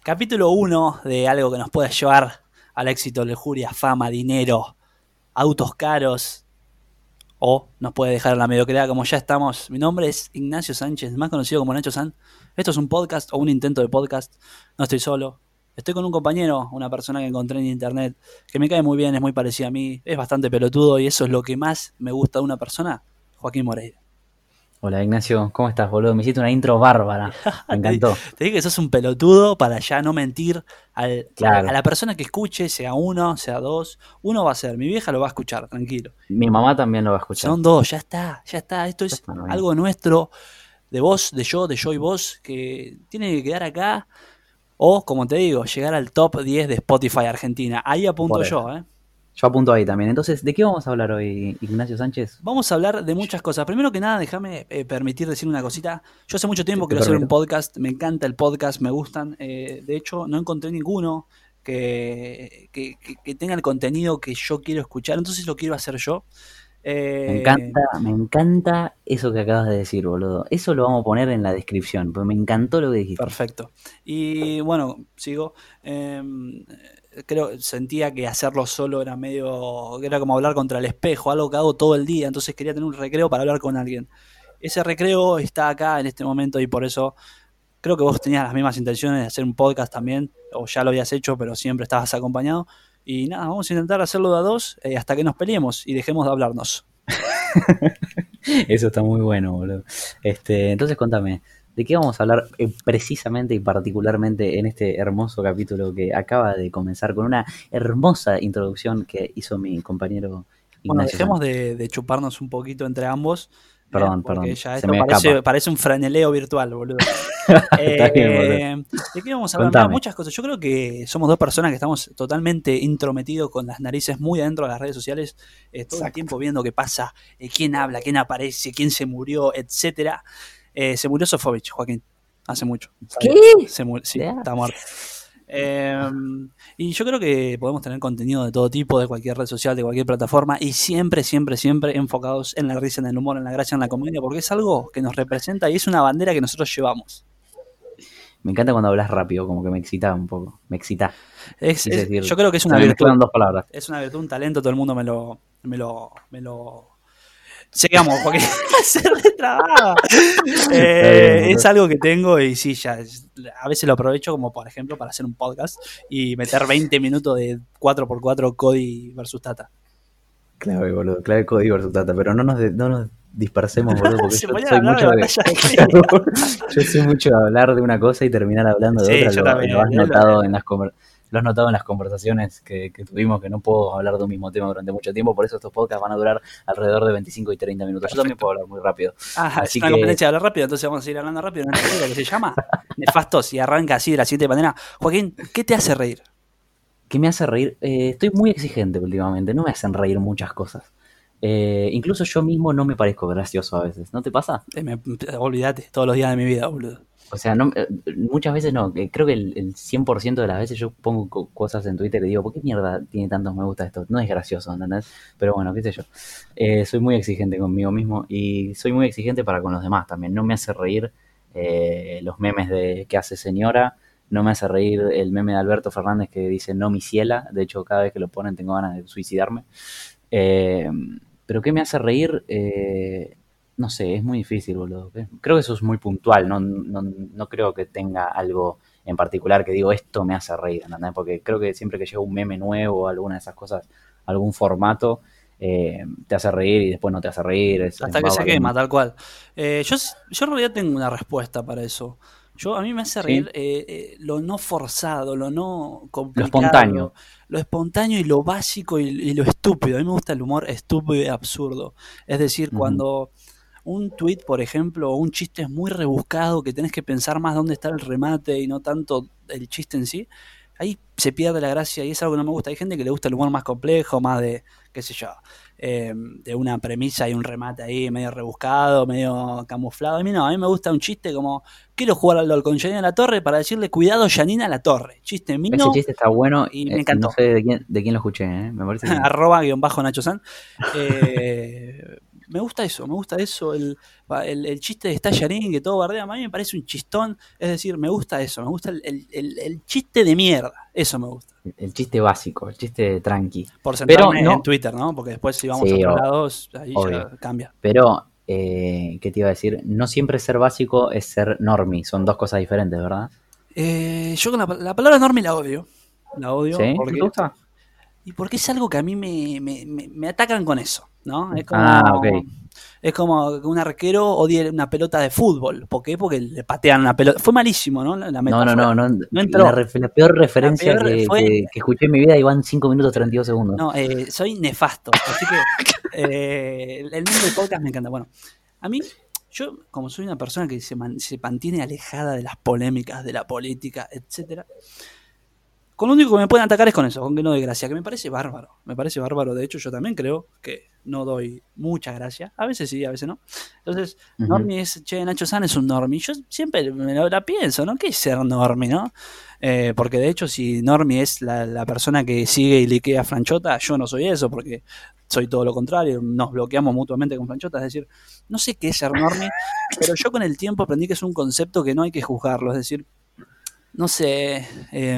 Capítulo 1 de algo que nos puede llevar al éxito, lujuria, fama, dinero, autos caros o nos puede dejar en la mediocridad como ya estamos. Mi nombre es Ignacio Sánchez, más conocido como Nacho San. Esto es un podcast o un intento de podcast. No estoy solo. Estoy con un compañero, una persona que encontré en internet, que me cae muy bien, es muy parecida a mí, es bastante pelotudo y eso es lo que más me gusta de una persona, Joaquín Moreira. Hola Ignacio, ¿cómo estás, boludo? Me hiciste una intro bárbara. Me encantó. Te dije que sos un pelotudo para ya no mentir a Claro, la persona que escuche, sea uno, sea dos. Uno va a ser, mi vieja lo va a escuchar, tranquilo. mi mamá también lo va a escuchar. Son dos, ya está, ya está. Esto Ya es está, no, bien. algo nuestro, de vos, de yo y vos, que tiene que quedar acá. O, como te digo, llegar al top 10 de Spotify Argentina. Ahí apunto Por eso. yo, ¿eh? Yo apunto ahí también. Entonces, ¿de qué vamos a hablar hoy, Ignacio Sánchez? Vamos a hablar de muchas cosas. Primero que nada, déjame permitir decir una cosita. Yo hace mucho ¿Te, tiempo te quiero hacer un permito? podcast. Me encanta el podcast, me gustan. De hecho, no encontré ninguno que tenga el contenido que yo quiero escuchar. Entonces lo quiero hacer yo. Eh, Me encanta eso que acabas de decir, boludo. Eso lo vamos a poner en la descripción, porque me encantó lo que dijiste. Perfecto. Y bueno, sigo. Sentía que hacerlo solo era era como hablar contra el espejo, algo que hago todo el día. Entonces quería tener un recreo para hablar con alguien. Ese recreo está acá en este momento y por eso creo que vos tenías las mismas intenciones de hacer un podcast también, o ya lo habías hecho, pero siempre estabas acompañado. Y nada, vamos a intentar hacerlo de a dos hasta que nos peleemos y dejemos de hablarnos. Eso está muy bueno, boludo. Entonces contame, ¿de qué vamos a hablar precisamente y particularmente en este hermoso capítulo que acaba de comenzar con una hermosa introducción que hizo mi compañero Bueno, Ignacio dejemos Sánchez? de chuparnos un poquito entre ambos, porque Perdón, ya se esto me escapa. parece un franeleo virtual, boludo. Está bien, boludo. ¿De qué vamos a hablar? Mira, Contame. muchas cosas. Yo creo que somos dos personas que estamos totalmente intrometidos con las narices muy adentro de las redes sociales, todo el Exacto. tiempo viendo qué pasa, quién habla, quién aparece, quién se murió, etcétera. Se murió Sofovich, Joaquín, hace mucho. ¿Qué? ¿Sabías? Sí, Ya. está muerto. Eh, y yo creo que podemos tener contenido de todo tipo, de cualquier red social, de cualquier plataforma, y siempre, siempre, siempre enfocados en la risa, en el humor, en la gracia, en la comedia, porque es algo que nos representa y es una bandera que nosotros llevamos. Me encanta cuando hablas rápido, como que me excita un poco. Me excita. Quise decir, Yo creo que es se una me virtud. mezclan dos palabras. Es una virtud, un talento, todo el mundo me lo... Sigamos, Joaquín. Se retrababa. Está bien, Es boludo. algo que tengo y sí, a veces lo aprovecho como por ejemplo para hacer un podcast y meter 20 minutos de 4x4 Cody versus Tata. Clave, boludo. Clave código versus data. Pero no nos dispersemos, boludo, porque Se yo ponían a soy hablar de mucho de. batalla de Yo soy mucho de hablar de una cosa y terminar hablando de Sí, otra. yo Lo también. has notado en lo has notado en las conversaciones que tuvimos, que no puedo hablar de un mismo tema durante mucho tiempo, por eso estos podcasts van a durar alrededor de 25 y 30 minutos. Yo también Perfecto. puedo hablar muy rápido. Es Así una que, competencia de hablar rápido, entonces vamos a seguir hablando rápido en este juego que se llama Nefastos y arranca así de la siguiente manera. Joaquín, ¿qué te hace reír? ¿qué me hace reír? Estoy muy exigente últimamente, no me hacen reír muchas cosas. Incluso yo mismo no me parezco gracioso a veces, ¿no te pasa? Olvídate, todos los días de mi vida, boludo. O sea, no, muchas veces no. Creo que el 100% de las veces yo pongo cosas en Twitter y digo, ¿por qué mierda tiene tantos me gusta esto? No es gracioso, ¿entendés? Pero bueno, qué sé yo. Soy muy exigente conmigo mismo y soy muy exigente para con los demás también. No me hace reír los memes de ¿qué hace señora? No me hace reír el meme de Alberto Fernández que dice no mi ciela. De hecho, cada vez que lo ponen tengo ganas de suicidarme. Eh, pero ¿qué me hace reír? No sé, es muy difícil, boludo. Creo que eso es muy puntual, no creo que tenga algo en particular que digo, esto me hace reír, ¿entendés? Porque creo que siempre que llega un meme nuevo o alguna de esas cosas, algún formato, te hace reír y después no te hace reír, Hasta que va se quema, variando. tal cual. Yo en realidad tengo una respuesta para eso. A mí me hace reír ¿Sí? lo no forzado, lo no Lo complicado, espontáneo. lo espontáneo y lo básico y lo estúpido. A mí me gusta el humor estúpido y absurdo. Es decir, Ujú. cuando un tweet, por ejemplo, o un chiste es muy rebuscado, que tenés que pensar más dónde está el remate y no tanto el chiste en sí, ahí se pierde la gracia y es algo que no me gusta. Hay gente que le gusta el humor más complejo, más de, qué sé yo, de una premisa y un remate ahí medio rebuscado, medio camuflado. A mí no, a mí me gusta un chiste como, quiero jugar al LOL con Janina La Torre para decirle, cuidado Janina La Torre. Chiste Ese mío chiste está bueno y me y no encantó. sé de quién lo escuché, ¿eh? Me parece que... Arroba guión bajo Nacho San. Eh, me gusta eso, el chiste de Stallarín, que todo bardea, a mí me parece un chistón, es decir, me gusta eso, me gusta el chiste de mierda, eso me gusta. El chiste básico, el chiste tranqui. Por Pero centrarme en no, Twitter, ¿no? Porque después si vamos a sí, otros lados, ahí obvio. ya cambia. Pero, ¿qué te iba a decir? No siempre ser básico es ser normie, son dos cosas diferentes, ¿verdad? Yo con la palabra normie la odio ¿Sí? ¿No te gusta? porque es algo que a mí me atacan con eso, ¿no? Ah, ok. Es como que un arquero odie una pelota de fútbol. ¿Por qué? Porque le patean una pelota. Fue malísimo, ¿no? La No, no, metáfora. no, no. No entró. La peor La referencia peor fue. que escuché en mi vida iban 5 minutos 32 segundos. No, soy nefasto. Así que el nombre del podcast me encanta. Bueno, a mí, yo, como soy una persona que se mantiene alejada de las polémicas, de la política, etcétera, con lo único que me pueden atacar es con eso, con que no doy gracia, que me parece bárbaro. Me parece bárbaro. De hecho, yo también creo que no doy mucha gracia. A veces sí, a veces no. Entonces, normie es, che, Nacho San es un normie. Yo siempre me la pienso, ¿no? ¿Qué es ser normie, no? Porque de hecho, si normie es la persona que sigue y liquea a Franchota, yo no soy eso, porque soy todo lo contrario. Nos bloqueamos mutuamente con Franchota. Es decir, no sé qué es ser normie, pero yo con el tiempo aprendí que es un concepto que no hay que juzgarlo. Es decir, no sé,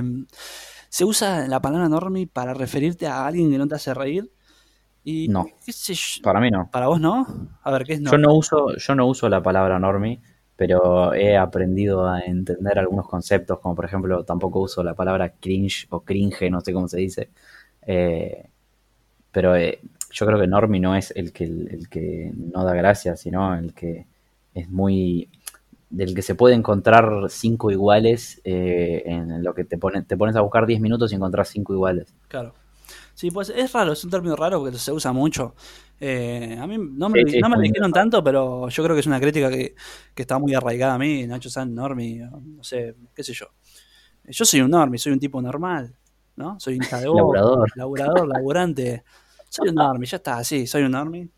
se usa la palabra normie para referirte a alguien que no te hace reír y No, qué sé yo, para mí no. para vos no, a ver, ¿qué es Yo normie? no uso la palabra normie, pero he aprendido a entender algunos conceptos, como por ejemplo, tampoco uso la palabra cringe o cringe, no sé cómo se dice. Eh, pero yo creo que normie no es el que no da gracia, sino el que es muy del que se puede encontrar 5 iguales en lo que te pones a buscar 10 minutos y encontrás 5 iguales. Claro. Sí, pues es raro, es un término raro porque se usa mucho. A mí Sí, sí, no es me lo muy dijeron tanto, pero yo creo que es una crítica que está muy arraigada a mí, Nacho San, normie, no sé, qué sé yo. Yo soy un normie, soy un tipo normal, ¿no? Soy hincha de Boca, laburador. laburador, laburante. Soy un normie, ya está, sí, soy un normie.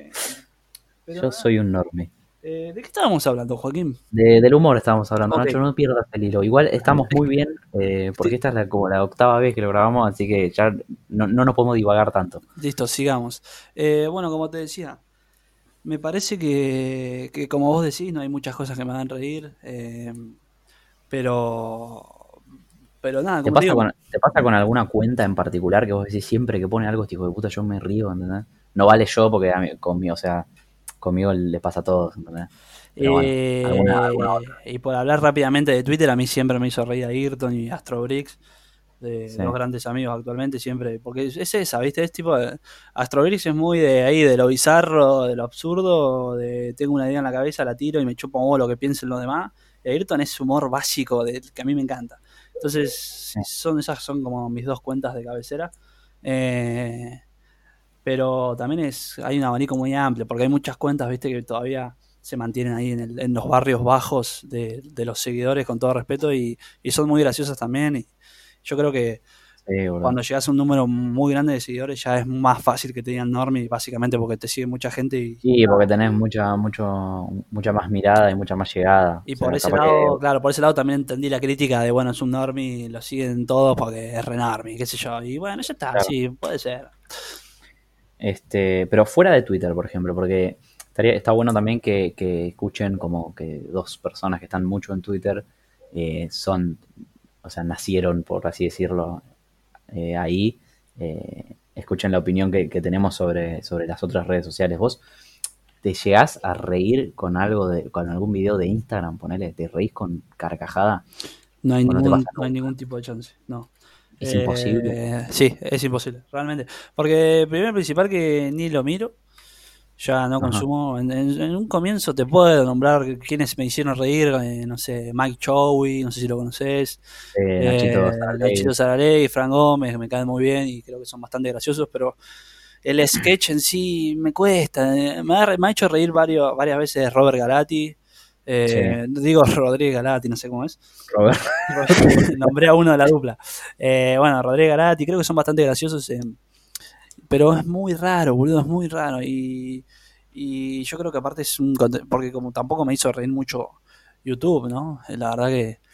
Pero Yo soy un normie. ¿de qué estábamos hablando, Joaquín? Del humor estábamos hablando, Ok, Nacho, no pierdas el hilo. Igual estamos muy bien, porque sí, esta es como la octava vez que lo grabamos, así que ya no nos podemos divagar tanto. listo, sigamos. Bueno, como te decía, me parece que como vos decís, no hay muchas cosas que me hagan reír, pero, pero nada, como te digo, Te pasa con alguna cuenta en particular que vos decís siempre que pone algo, este hijo de puta, yo me río, ¿entendés? No vale yo porque conmigo, o sea, conmigo le pasa a todos, ¿entendés? Pero bueno, alguna otra. y por hablar rápidamente de Twitter, a mí siempre me hizo reír a Ayrton y Astrobrix, de Sí, dos grandes amigos actualmente, siempre, porque es esa, ¿viste? Es tipo, Astrobrix es muy de ahí, de lo bizarro, de lo absurdo, de tengo una idea en la cabeza, la tiro y me chupo un huevo lo que piensen los demás. Y Ayrton es humor básico que a mí me encanta. Entonces, sí. esas son como mis dos cuentas de cabecera. Eh, pero también hay un abanico muy amplio, porque hay muchas cuentas, viste, que todavía se mantienen ahí en los barrios bajos de los seguidores, con todo respeto, y son muy graciosas también. Y yo creo que Sí, boludo. cuando llegas a un número muy grande de seguidores ya es más fácil que te digan normie, básicamente porque te sigue mucha gente Sí, porque tenés mucha más mirada y mucha más llegada. y O por sea, ese capaz que. lado, claro, por ese lado también entendí la crítica de, bueno, es un normie, lo siguen todos porque es re normie, qué sé yo. Y bueno, ya está, Claro. sí, puede ser. Pero fuera de Twitter, por ejemplo, porque está bueno también que escuchen como que dos personas que están mucho en Twitter son, o sea, nacieron, por así decirlo, ahí. Escuchen la opinión que tenemos sobre las otras redes sociales. ¿Vos te llegás a reír con con algún video de Instagram? Ponele, ¿te reís con carcajada? ¿O no te pasa No hay nunca? ningún tipo de chance, no. Es imposible. Sí, es imposible, realmente. Porque primero y principal que ni lo miro, ya no Ajá. consumo. En un comienzo te puedo nombrar quienes me hicieron reír, no sé, Mike Chowi, no sé si lo conoces, Nachito Saralegui. Nachito Saralegui, Fran Gómez, que me caen muy bien y creo que son bastante graciosos, pero el sketch en sí me cuesta. Me ha hecho reír varias veces Robert Galati. Sí, Digo Rodríguez Galati, no sé cómo es. Robert. Nombré a uno de la dupla. Bueno, Rodríguez Galati, creo que son bastante graciosos, pero es muy raro, boludo, es muy raro. Y yo creo que aparte porque como tampoco me hizo reír mucho YouTube, ¿no? La verdad que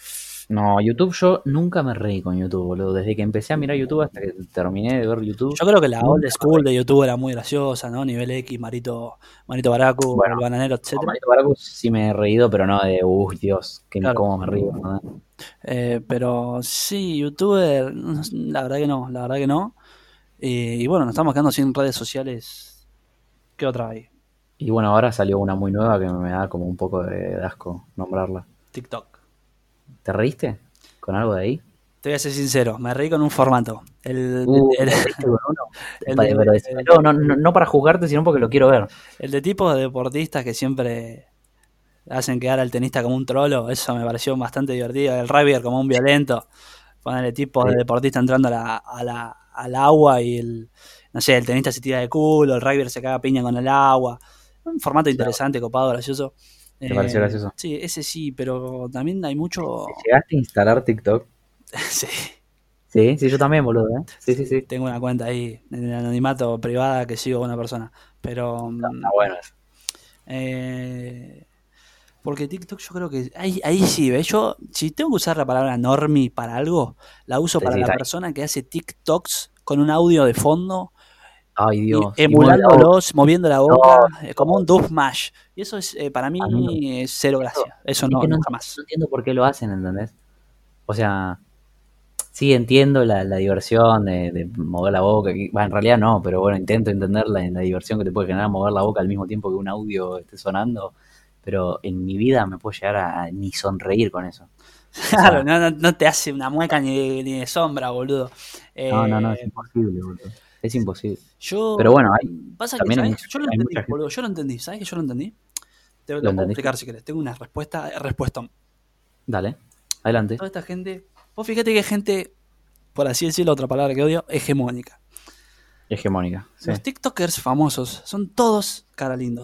No, YouTube yo nunca me reí con YouTube, boludo. Desde que empecé a mirar YouTube hasta que terminé de ver YouTube, Yo creo que la old nunca me school reí. de YouTube era muy graciosa, ¿no? Nivel X, Marito Baracu, Bueno, el bananero, con etcétera. Manito Baracus sí me he reído, pero no de, uy, Dios, Claro. cómo me río, ¿no? Pero sí, YouTuber, la verdad que no, la verdad que no. Y bueno, nos estamos quedando sin redes sociales. ¿Qué otra hay? Y bueno, ahora salió una muy nueva que me da como un poco de asco nombrarla. TikTok. ¿Te reíste con algo de ahí? Te voy a ser sincero, me reí con un formato. ¿Te reíste con uno? El de, Pero decímelo, no para juzgarte, sino porque lo quiero ver. el de tipos de deportistas que siempre hacen quedar al tenista como un trolo, eso me pareció bastante divertido. El rugby como un violento. Ponerle tipos de Sí, deportistas entrando al agua y no sé, el tenista se tira de culo, el rugby se caga a piña con el agua. Un formato claro. interesante, copado, gracioso. ¿Te pareció gracioso? Sí, ese sí, pero también hay mucho. ¿Te llegaste a instalar TikTok? Sí, Sí, sí, yo también, boludo, ¿eh? Sí, sí, sí, sí. tengo una cuenta ahí en el anonimato privada que sigo a una persona. Pero. Está bueno eso. Eh, porque TikTok yo creo que. Ahí sí, ¿ves? Yo, si tengo que usar la palabra normie para algo, la uso para Sí, la está ahí. persona que hace TikToks con un audio de fondo Ay, y Dios. Y mueve la boca. emulándolos, moviendo la No, boca, como un no, doof mash. Y eso es, para amigo. mí, es cero Eso, gracia. Eso es no, que no, nunca más. no entiendo por qué lo hacen, ¿entendés? O sea, sí entiendo la diversión de mover la boca. Bueno, en realidad no, pero bueno, intento entender la diversión que te puede generar mover la boca al mismo tiempo que un audio esté sonando. Pero en mi vida me puedo llegar a ni sonreír con eso. O Claro, sea, no te hace una mueca ni de sombra, boludo. no, es Eh, imposible, boludo. Es imposible. Pero yo, bueno, pasa que, también ¿sabes? Yo lo hay entendí, mucha gente. boludo. Yo lo entendí. ¿Sabes que yo lo entendí? Te ¿Lo lo puedo entendiste? explicar si querés. Tengo una respuesta. Dale, adelante. Toda esta gente, vos fíjate que hay gente, por así decirlo, otra palabra que odio, hegemónica. Hegemónica, sí. Los TikTokers famosos son todos cara lindos,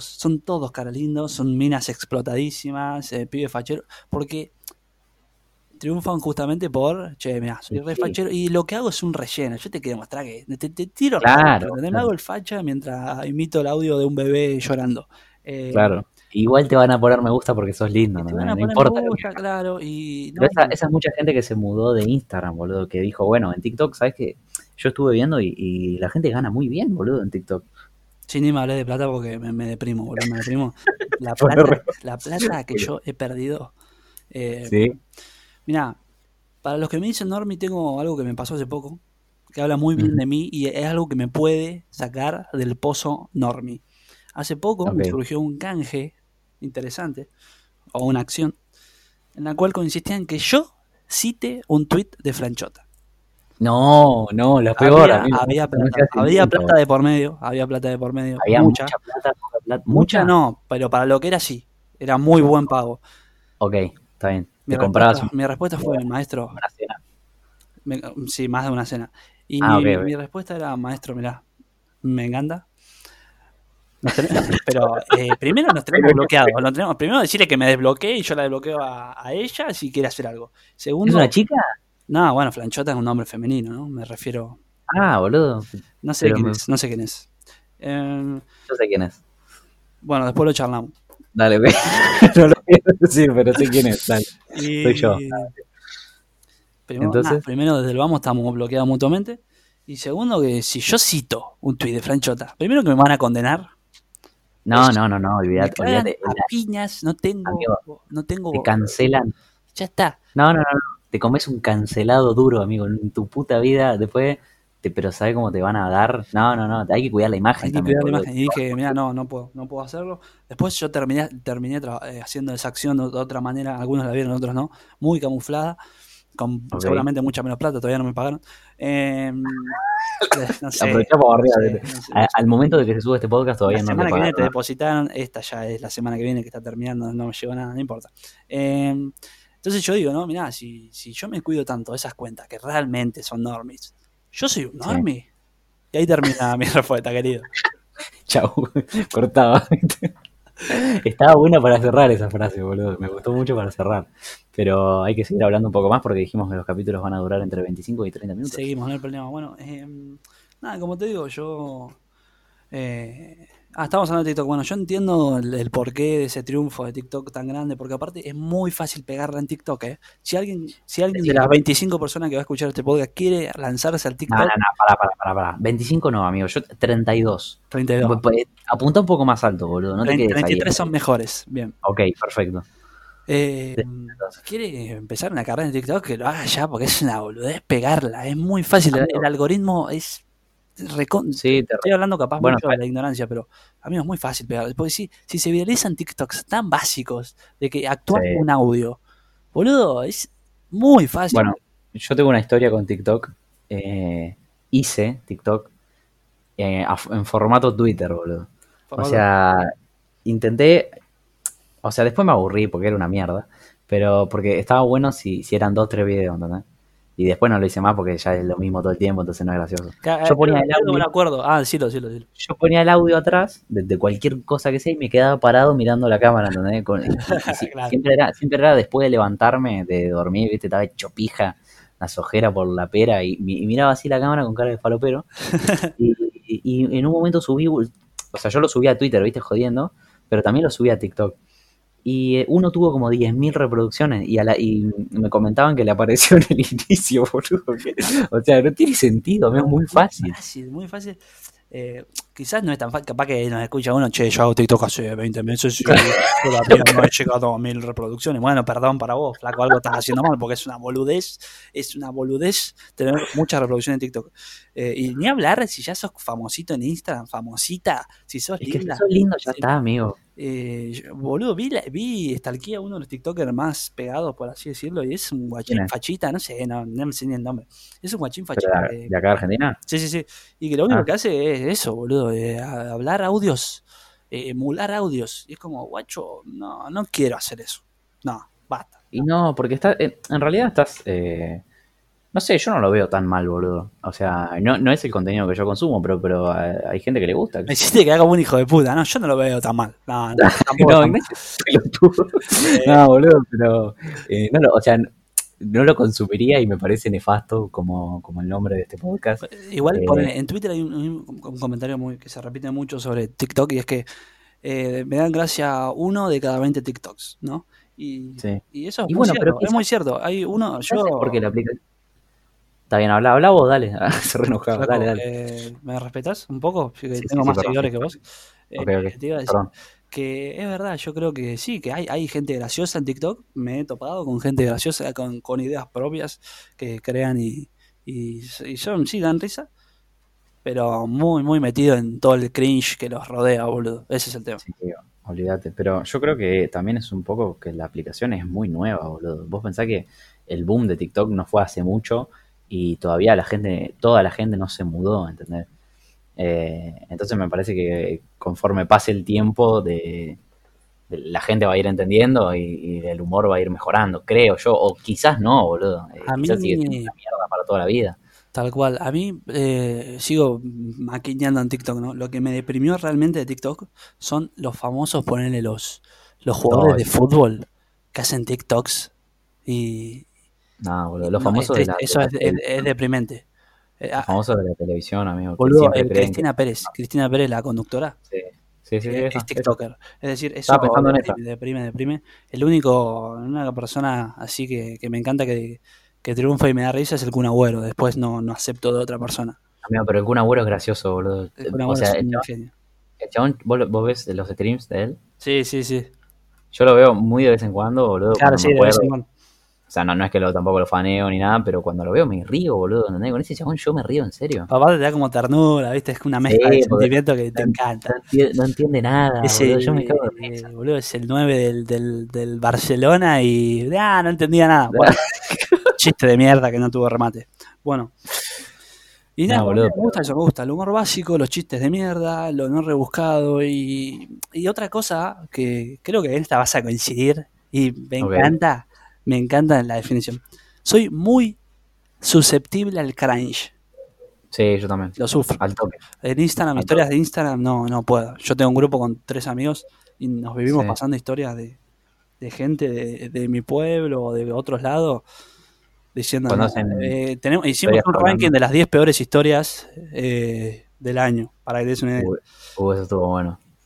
son minas explotadísimas, pibes facheros, porque triunfan justamente por, che, mirá, soy Y re sí, fachero y lo que hago es un relleno, yo te quiero mostrar que te tiro recursos, claro, ¿entendés? Me claro, hago el facha mientras imito el audio de un bebé llorando. Eh, claro. Igual te van a poner me gusta porque sos lindo, y te ¿no? van a No poner me importa lo que gusta, hagas. claro, y Pero no, esa es mucha gente que se mudó de Instagram, boludo, que dijo, bueno, en TikTok, ¿sabes qué? Yo estuve viendo y la gente gana muy bien, boludo, en TikTok. sí, ni me hablé de plata porque me deprimo, boludo, me deprimo. La Pone plata, re- la plata que yo he perdido. Eh, Sí. Mirá, para los que me dicen Normie, tengo algo que me pasó hace poco, que habla muy bien Ujú. de mí y es algo que me puede sacar del pozo Normie. Hace poco me Ok. surgió un canje interesante, o una acción, en la cual consistía en que yo cite un tweet de Franchota. No, no, lo peor, Había, amigo. había Eso no plata, se hace había nunca, plata boludo. de por medio, Había mucha. mucha plata, poca plata. Mucha ¿Mucha? no, pero para lo que era sí, era muy buen pago. Ok, está bien. Mi Te comprabas respuesta, mi respuesta fue, maestro, una cena. sí, más de una cena. Ah, ok, Y mi ok. respuesta era, maestro, mirá, me encanta. Pero primero nos tenemos bloqueados. Primero decirle que me desbloquee y yo la desbloqueo a ella si quiere hacer algo. ¿Es una Segundo, chica? no, bueno, Flanchota es un nombre femenino, ¿no? Me refiero. Ah, boludo. No sé Pero quién es, no sé quién es. Eh, yo sé quién es. bueno, después lo charlamos. Dale, ve. No lo quiero decir, pero sé quién es. Dale. Soy yo. Y Entonces, primero desde el vamos estamos bloqueados mutuamente. Y segundo, que si yo cito un tuit de Franchota, primero que me van a condenar, no, me olvídate, cagan olvídate. a piñas, Amigo, no te tengo, cancelan. ya está. No. Te comes un cancelado duro, amigo, en tu puta vida. Después, pero ¿sabes cómo te van a dar? No. Hay que cuidar la Hay imagen que también, cuidar la boludo. imagen. Y dije, mira, no puedo hacerlo. Después yo terminé haciendo esa acción de otra manera, algunos la vieron, otros no, muy camuflada, con Ok. seguramente mucha menos plata, todavía no me pagaron. Eh, no sé, Aprovechamos no sé, arriba. no sé, no sé. Al momento de que se sube este podcast La todavía no le semana que viene pagaron te nada. depositaron, esta ya es la semana que viene que está terminando, no me llegó nada, no importa. Eh, entonces yo digo, no, mirá, si yo me cuido tanto de esas cuentas que realmente son normies, yo soy un Sí. normie. Y ahí termina mi respuesta, querido. Chau. Cortaba. Estaba buena para cerrar esa frase, boludo. Me gustó mucho para cerrar. Pero hay que seguir hablando un poco más porque dijimos que los capítulos van a durar entre 25 y 30 minutos. Seguimos, no hay problema. Bueno, nada, como te digo, yo Estamos hablando de TikTok. Bueno, yo entiendo el porqué de ese triunfo de TikTok tan grande, porque aparte es muy fácil pegarla en TikTok, ¿eh? Si alguien de Sí. las 25 personas que va a escuchar este podcast quiere lanzarse al No, no, TikTok, no, pará. 25 no, amigo, yo 32. 32. Apunta un poco más alto, boludo, no te quedes ahí. 33 son mejores. Bien. Ok, perfecto. Si quiere empezar una carrera en TikTok, que lo haga ya, porque es una boludez pegarla. Es muy fácil. El algoritmo es. Sí, Estoy hablando capaz bueno, mucho de la ignorancia, pero amigo, es muy fácil pegarla. Porque si se viralizan TikToks tan básicos de que actúan sí. un audio, boludo, es muy fácil. Bueno, yo tengo una historia con TikTok. Hice TikTok en formato Twitter, boludo. O sea, intenté. O sea, después me aburrí porque era una mierda. Pero porque estaba bueno si eran 2 o 3 videos, ¿entendés? Y después no lo hice más porque ya es lo mismo todo el tiempo, entonces no es gracioso. Yo ponía el No me audio, acuerdo. Decilo. yo ponía el audio atrás de cualquier cosa que sea y me quedaba parado mirando la cámara, ¿entendés? Claro. Siempre era después de levantarme, de dormir, ¿viste? Estaba hecho pija, las ojeras por la pera y miraba así la cámara con cara de falopero. Y en un momento subí, o sea, yo lo subí a Twitter, ¿viste? Jodiendo, pero también lo subí a TikTok. Y uno tuvo como 10.000 reproducciones y me comentaban que le apareció en el inicio, boludo. O sea, no tiene sentido, es muy fácil. Muy fácil. Quizás no es tan fácil, capaz que nos escucha uno, che, yo hago TikTok hace 20 meses y todavía no he llegado a 1000 reproducciones. Bueno, perdón para vos, flaco, algo estás haciendo mal, porque es una boludez tener muchas reproducciones en TikTok. Y ni hablar si ya sos famosito en Instagram, famosita, si sos Es que si linda. sos lindo ya está, amigo. Boludo, stalkeé a uno de los TikTokers más pegados, por así decirlo, y es un guachín ¿Quién es? fachita, no sé, no me sé ni el nombre. Es un guachín ¿Pero fachita de acá de Argentina? Sí. Y que lo único Ah. que hace es eso, boludo, hablar audios, emular audios. Y es como, guacho, no quiero hacer eso. No, basta. Y no, porque en realidad estás... no sé, yo no lo veo tan mal, boludo. O sea, no es el contenido que yo consumo, pero hay gente que le gusta. Me hiciste quedar como un hijo de puta, ¿no? Yo no lo veo tan mal. No, tampoco No, tan mal. Ignacio es pelotudo. No, boludo, pero... o sea, no lo consumiría y me parece nefasto como el nombre de este podcast. Igual en Twitter hay un comentario que se repite mucho sobre TikTok y es que me dan gracia uno de cada 20 TikToks, ¿no? Sí. Y eso es Y muy bueno, cierto, pero es muy cierto. Hay uno, quizás es porque la aplicación... Está bien, habla vos, dale. Se re enojado, flaco, dale. ¿me respetás un poco? Que Sí, tengo sí, más perdón. seguidores que vos. Ok, Te iba a decir perdón. que es verdad, yo creo que sí, que hay gente graciosa en TikTok. Me he topado con gente graciosa con ideas propias que crean y son, sí, dan risa, pero muy, muy metido en todo el cringe que los rodea, boludo. Ese es el tema. Sí, olvídate. Pero yo creo que también es un poco que la aplicación es muy nueva, boludo. Vos pensás que el boom de TikTok no fue hace mucho y todavía toda la gente no se mudó, ¿entendés? Entonces me parece que conforme pase el tiempo la gente va a ir entendiendo y el humor va a ir mejorando, creo yo. O quizás no, boludo. A Quizás sigue siendo mí, una mierda para toda la vida. tal cual, a mí sigo maquineando en TikTok, ¿no? Lo que me deprimió realmente de TikTok son los famosos, ponerle los jugadores No, de fútbol que hacen TikToks y no, boludo. Los no, es famosos triste, eso es deprimente. los famosos de la televisión, amigo, que Boludo, siempre creen que... Cristina Pérez, la conductora, Sí, sí, es esa. TikToker. Es decir, eso Estaba pensando en esa. deprime. La única persona así que me encanta que triunfa y me da risa es el Kun Agüero. Después no acepto de otra persona. Amigo, pero el Kun Agüero es gracioso, boludo. El Kun O Agüero sea, es un genio. el chabón, vos ves los streams de él. Sí. Yo lo veo muy de vez en cuando, boludo, Claro, cuando sí, me de vez acuerdo. en cuando. O sea, no es que tampoco lo faneo ni nada, pero cuando lo veo me río, boludo, ¿entendés? Con ese chabón yo me río, en serio. Papá te da como ternura, ¿viste? Es una mezcla de Sí, porque sentimientos que te encanta. no entiende nada, Ese, boludo. Yo me cago de risa. boludo, es el 9 del Barcelona y no entendía nada. Bueno, chiste de mierda que no tuvo remate. Bueno, y nada, No, boludo, me gusta eso, me gusta el humor básico, los chistes de mierda, lo no rebuscado y otra cosa que creo que en esta vas a coincidir y Ok. me encanta la definición. Soy muy susceptible al cringe, Sí, yo también. lo sufro. Al toque. En Instagram, Al historias toque. de Instagram, no puedo. Yo tengo un grupo con 3 amigos y nos vivimos Sí. pasando historias de gente de mi pueblo o de otros lados diciendo, Cuando no, hacen hicimos historias un ranking hablando. de las 10 peores historias del año, para que te des una idea. Eso estuvo bueno.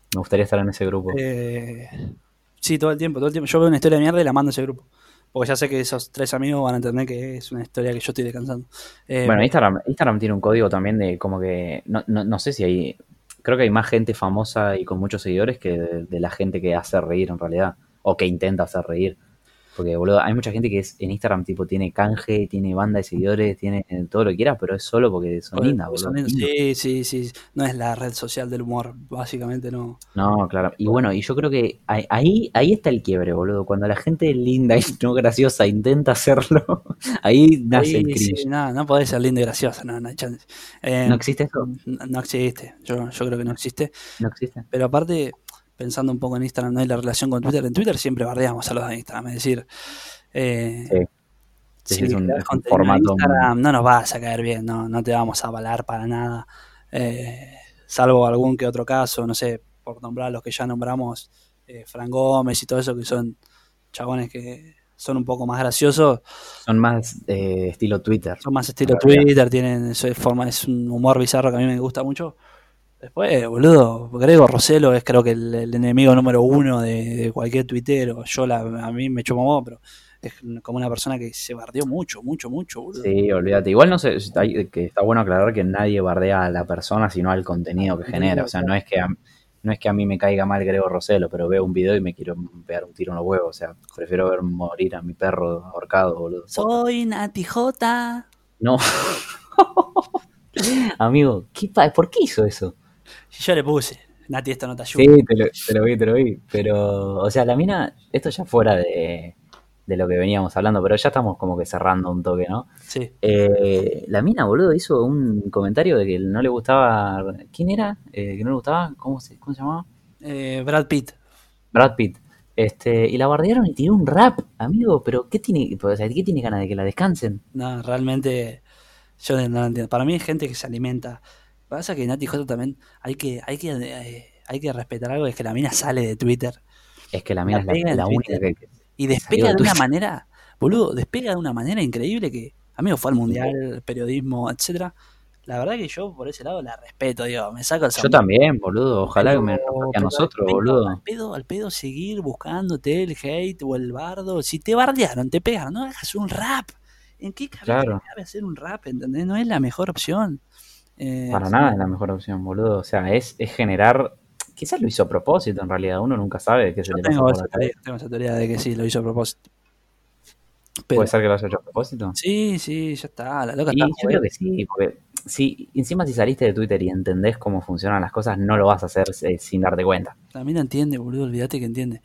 Me gustaría estar en ese grupo. Sí, todo el tiempo, todo el tiempo. Yo veo una historia de mierda y la mando a ese grupo. Porque ya sé que esos 3 amigos van a entender que es una historia que yo estoy descansando. Bueno, Instagram tiene un código también de como que, no sé si hay, creo que hay más gente famosa y con muchos seguidores que de la gente que hace reír en realidad, o que intenta hacer reír. Porque, boludo, hay mucha gente que es en Instagram, tipo, tiene canje, tiene banda de seguidores, tiene todo lo que quiera, pero es solo porque son lindas, boludo. Sí, sí, sí. No es la red social del humor, básicamente no. No, claro. Y bueno, y yo creo que ahí está el quiebre, boludo. Cuando la gente linda y no graciosa intenta hacerlo, ahí nace el Sí, sí, cringe. no podés ser lindo y gracioso, no hay chance. ¿No existe eso? No existe, yo creo que no existe. ¿No existe? Pero aparte, pensando un poco en Instagram, no hay la relación con Twitter. En Twitter siempre bardeamos a los de Instagram, es decir, Sí, sí, si sí, creas es un contenido en formato. Instagram, no nos vas a caer bien, no te vamos a avalar para nada. Salvo algún que otro caso, no sé, por nombrar los que ya nombramos, Fran Gómez y todo eso, que son chabones que son un poco más graciosos. Son más estilo Twitter. Son más estilo En realidad. Twitter, tienen es un humor bizarro que a mí me gusta mucho. Después, boludo, Grego Roselo es creo que el enemigo número uno de cualquier tuitero. A mí me chupa modo, pero es como una persona que se bardeó mucho, mucho, mucho, boludo. Sí, olvídate. Igual no sé, que está bueno aclarar que nadie bardea a la persona, sino al contenido que genera. O sea, no es que a mí me caiga mal Grego Roselo, pero veo un video y me quiero pegar un tiro en los huevos. O sea, prefiero ver morir a mi perro ahorcado, boludo. Posta. Soy Nati J. No, amigo, ¿por qué hizo eso? Y yo le puse, Nati, esto no te ayuda. Sí, te lo vi. Pero, o sea, la mina, esto ya fuera de lo que veníamos hablando, pero ya estamos como que cerrando un toque, ¿no? Sí, La mina, boludo, hizo un comentario de que no le gustaba. ¿Quién era? Que no le gustaba. ¿Cómo se llamaba? Brad Pitt. Brad Pitt. Y la bardearon y tiró un rap, amigo, pero ¿qué tiene? O sea, ¿qué tiene ganas de que la descansen? No, realmente yo no lo entiendo. Para mí es gente que se alimenta. Pasa que Nati J también hay que respetar algo, es que la mina sale de Twitter. Es que la La mina es pega en la única Twitter y que salió despega de de una Twitter. manera, boludo, despega de una manera increíble que, amigo, fue al mundial, periodismo, etcétera. La verdad que yo por ese lado la respeto, digo, me saco el Yo sombrero. también, boludo. Ojalá que nos Pero, toque a pero nosotros, boludo. al pedo seguir buscándote el hate o el bardo. Si te bardearon, te pegaron, no hagas un rap. ¿En qué cabeza Claro. cabe hacer un rap? ¿Entendés? No es la mejor opción. Para nada es la mejor opción, boludo. O sea, es generar. Quizás lo hizo a propósito, en realidad. Uno nunca sabe qué se Yo le pasa por la cabeza. tengo esa teoría de que sí, lo hizo a propósito. Puede Pero ser que lo haya hecho a propósito. sí, sí, ya está, la loca está Y yo creo que sí, porque si saliste de Twitter y entendés cómo funcionan las cosas, no lo vas a hacer sin darte cuenta. también entiende, boludo, olvídate que entiende.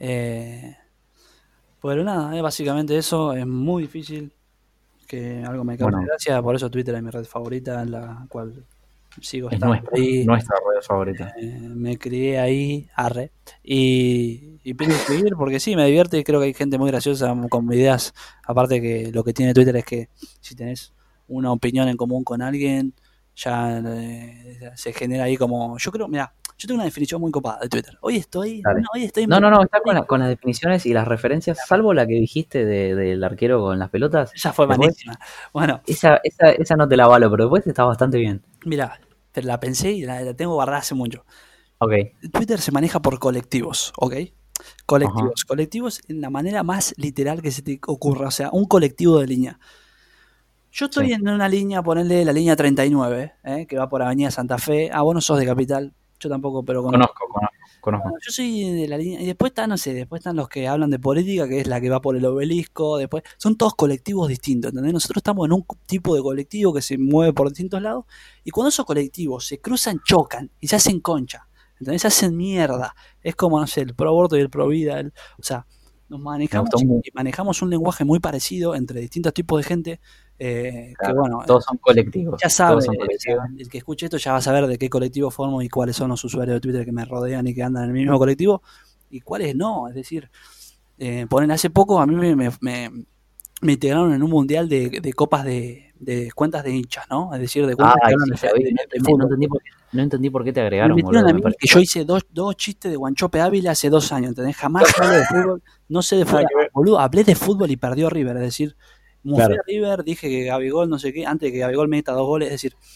Pero nada, básicamente eso, es muy difícil que algo me cause Bueno, gracia, por eso Twitter es mi red favorita, en la cual sigo es estando ahí, nuestra red favorita. me crié ahí, arre, y pienso seguir porque sí, me divierte y creo que hay gente muy graciosa con ideas, aparte que lo que tiene Twitter es que si tenés una opinión en común con alguien, ya se genera ahí como, yo creo, mira, yo tengo una definición muy copada de Twitter. Dale. Hoy estoy No, está con las definiciones y las referencias, salvo la que dijiste del arquero con las pelotas. esa fue Después, malísima. Bueno, esa no te la valo, pero después está bastante bien. mira, la pensé y la tengo guardada hace mucho. Ok. Twitter se maneja por colectivos, ¿ok? Ajá. Colectivos en la manera más literal que se te ocurra, o sea, un colectivo de línea. Yo Sí. estoy en una línea, ponerle la línea 39, que va por Avenida Santa Fe. Ah, vos no sos de Capital, yo tampoco, pero conozco. Conozco. Yo soy de la línea. Y después están, no sé, después están los que hablan de política, que es la que va por el obelisco. Después son todos colectivos distintos, ¿entendés? Nosotros estamos en un tipo de colectivo que se mueve por distintos lados. Y cuando esos colectivos se cruzan, chocan y se hacen concha. ¿Entendés? Se hacen mierda. Es como, no sé, el pro aborto y el pro vida. O sea, nos Me manejamos gustó y manejamos un lenguaje muy parecido entre distintos tipos de gente. Que Claro, bueno, todos son colectivos. ya sabe, Todos son o sea, colectivos. el que escuche esto ya va a saber de qué colectivo formo y cuáles son los usuarios de Twitter que me rodean y que andan en el mismo colectivo y cuáles no. Es decir, ponen hace poco a mí me integraron en un mundial de copas de cuentas de hinchas, ¿no? Es decir, de cuentas que Ay, hablan sí, lo vi. de fútbol. No entendí por qué te Me agregaron, metieron boludo. a Me mí que pareció. yo hice dos chistes de Guanchope Ávila hace 2 años, ¿entendés? Jamás hablo de fútbol, no sé de fútbol. Nada que ver. Boludo, hablé de fútbol y perdió River, es decir, mufé Claro. a River, dije que Gabigol no sé qué, antes de que Gabigol meta 2 goles, es decir,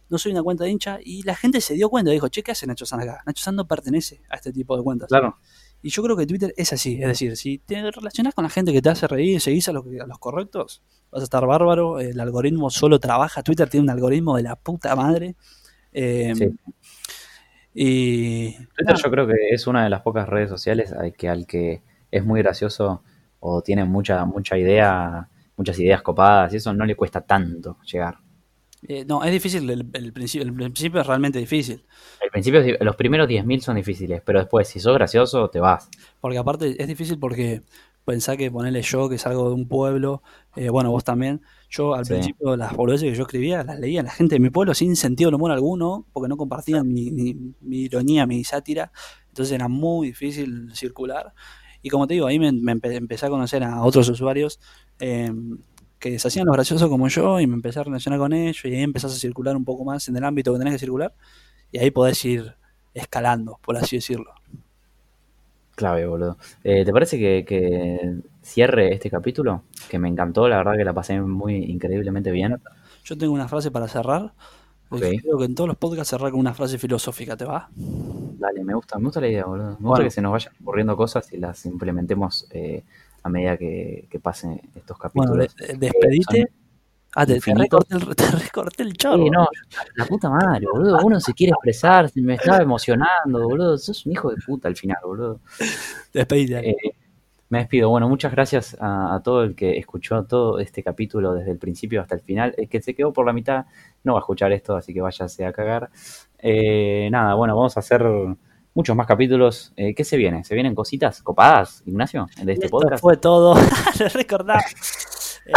no soy una cuenta de hincha, y la gente se dio cuenta, dijo, che, ¿qué hace Nacho San acá? Nacho San no pertenece a este tipo de cuentas. Claro. Y yo creo que Twitter es así, es decir, si te relacionás con la gente que te hace reír, seguís a los correctos, vas a estar bárbaro, el algoritmo solo trabaja, Twitter tiene un algoritmo de la puta madre. Sí. Y Twitter yo creo que es una de las pocas redes sociales al que es muy gracioso o tiene muchas ideas copadas y eso no le cuesta tanto llegar. no, es difícil el principio es realmente difícil. Al principio, los primeros 10.000 son difíciles, pero después, si sos gracioso, te vas. Porque aparte es difícil porque pensá que ponerle yo, que salgo de un pueblo, bueno, vos también, yo al Sí, principio las boludeces que yo escribía las leía la gente de mi pueblo sin sentido de humor alguno, porque no compartían mi ironía, mi sátira, entonces era muy difícil circular. Y como te digo, ahí empecé a conocer a otros usuarios eh, que se hacían los graciosos como yo y me empecé a relacionar con ellos y ahí empezás a circular un poco más en el ámbito que tenés que circular y ahí podés ir escalando, por así decirlo. clave, boludo. ¿Te parece que cierre este capítulo? Que me encantó, la verdad que la pasé muy increíblemente bien. Yo tengo una frase para cerrar. Ok, Creo que en todos los podcasts cerrar con una frase filosófica, ¿te va? dale, me gusta la idea, boludo. Me gusta Bueno, que se nos vayan ocurriendo cosas y las implementemos a medida que pasen estos bueno, capítulos. Son despedite. Ah, te infinitos. recorté te recorté el chorro. No, la puta madre, boludo. Uno se quiere expresar, me estaba emocionando, boludo. Sos un hijo de puta al final, boludo. Despedite, dale. Eh, Me despido. Bueno, muchas gracias a todo el que escuchó todo este capítulo desde el principio hasta el final. El que se quedó por la mitad no va a escuchar esto, así que váyase a cagar. Nada, bueno, vamos a hacer muchos más capítulos. ¿Qué se viene? ¿Se vienen cositas copadas, Ignacio, de Y este esto podcast? fue todo. Lo recordás. Eh,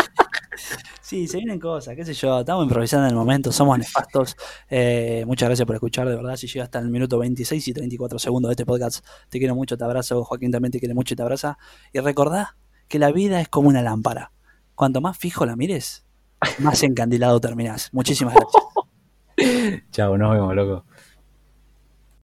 sí, se vienen cosas, qué sé yo. Estamos improvisando en el momento, somos nefastos. Muchas gracias por escuchar, de verdad. Si llegas hasta el minuto 26 y 34 segundos de este podcast, te quiero mucho, te abrazo. Joaquín también te quiere mucho y te abraza. Y recordá que la vida es como una lámpara. Cuanto más fijo la mires, más encandilado terminás. Muchísimas gracias. Chao, nos vemos, loco.